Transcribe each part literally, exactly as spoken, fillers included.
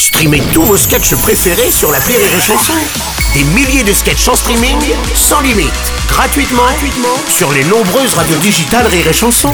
Streamez tous vos sketchs préférés sur l'appli Rire et Chanson. Des milliers de sketchs en streaming, sans limite, gratuitement, gratuitement sur les nombreuses radios digitales Rire et Chanson.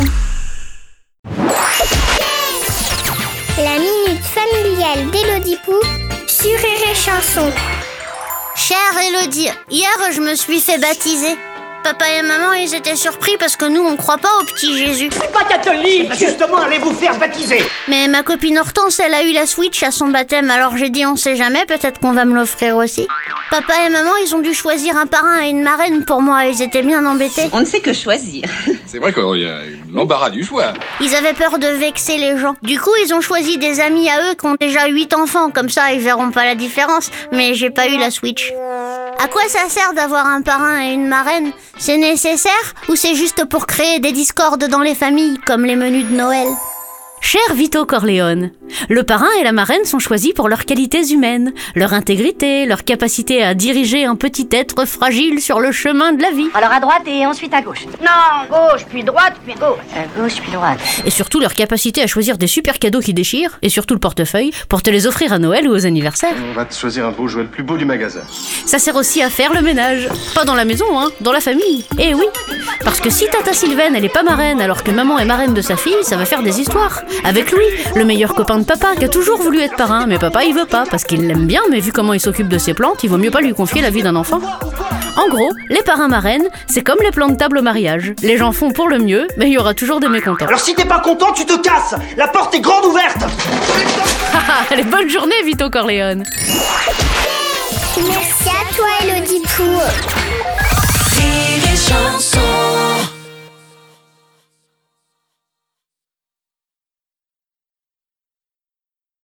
La minute familiale d'Élodie Pou sur Rire et Chanson. Chère Élodie, hier je me suis fait baptiser. Papa et maman, ils étaient surpris parce que nous, on croit pas au petit Jésus. Pas catholique, justement, allez vous faire baptiser. Mais ma copine Hortense, elle a eu la Switch à son baptême, alors j'ai dit on sait jamais, peut-être qu'on va me l'offrir aussi. Papa et maman, ils ont dû choisir un parrain et une marraine pour moi, ils étaient bien embêtés. On ne sait que choisir. C'est vrai qu'il y a l'embarras du choix. Ils avaient peur de vexer les gens. Du coup, ils ont choisi des amis à eux qui ont déjà huit enfants, comme ça ils verront pas la différence. Mais j'ai pas eu la Switch. À quoi ça sert d'avoir un parrain et une marraine ? C'est nécessaire ou c'est juste pour créer des discordes dans les familles, comme les menus de Noël ? Cher Vito Corleone, le parrain et la marraine sont choisis pour leurs qualités humaines, leur intégrité, leur capacité à diriger un petit être fragile sur le chemin de la vie. Alors à droite et ensuite à gauche. Non, gauche, puis droite, puis gauche. À gauche, puis droite. Et surtout leur capacité à choisir des super cadeaux qui déchirent, et surtout le portefeuille, pour te les offrir à Noël ou aux anniversaires. On va te choisir un beau jouet, le plus beau du magasin. Ça sert aussi à faire le ménage. Pas dans la maison, hein, dans la famille. Et oui, parce que si Tata Sylvaine, elle est pas marraine, alors que maman est marraine de sa fille, ça va faire des histoires. Avec Louis, le meilleur copain de papa, qui a toujours voulu être parrain, mais papa il veut pas, parce qu'il l'aime bien, mais vu comment il s'occupe de ses plantes, il vaut mieux pas lui confier la vie d'un enfant. En gros, les parrains marraines, c'est comme les plans de table au mariage. Les gens font pour le mieux, mais il y aura toujours des mécontents. Alors si t'es pas content, tu te casses. La porte est grande ouverte. Allez, bonne journée, Vito Corleone. Merci à toi, Élodie Pou. Rire et Chanson.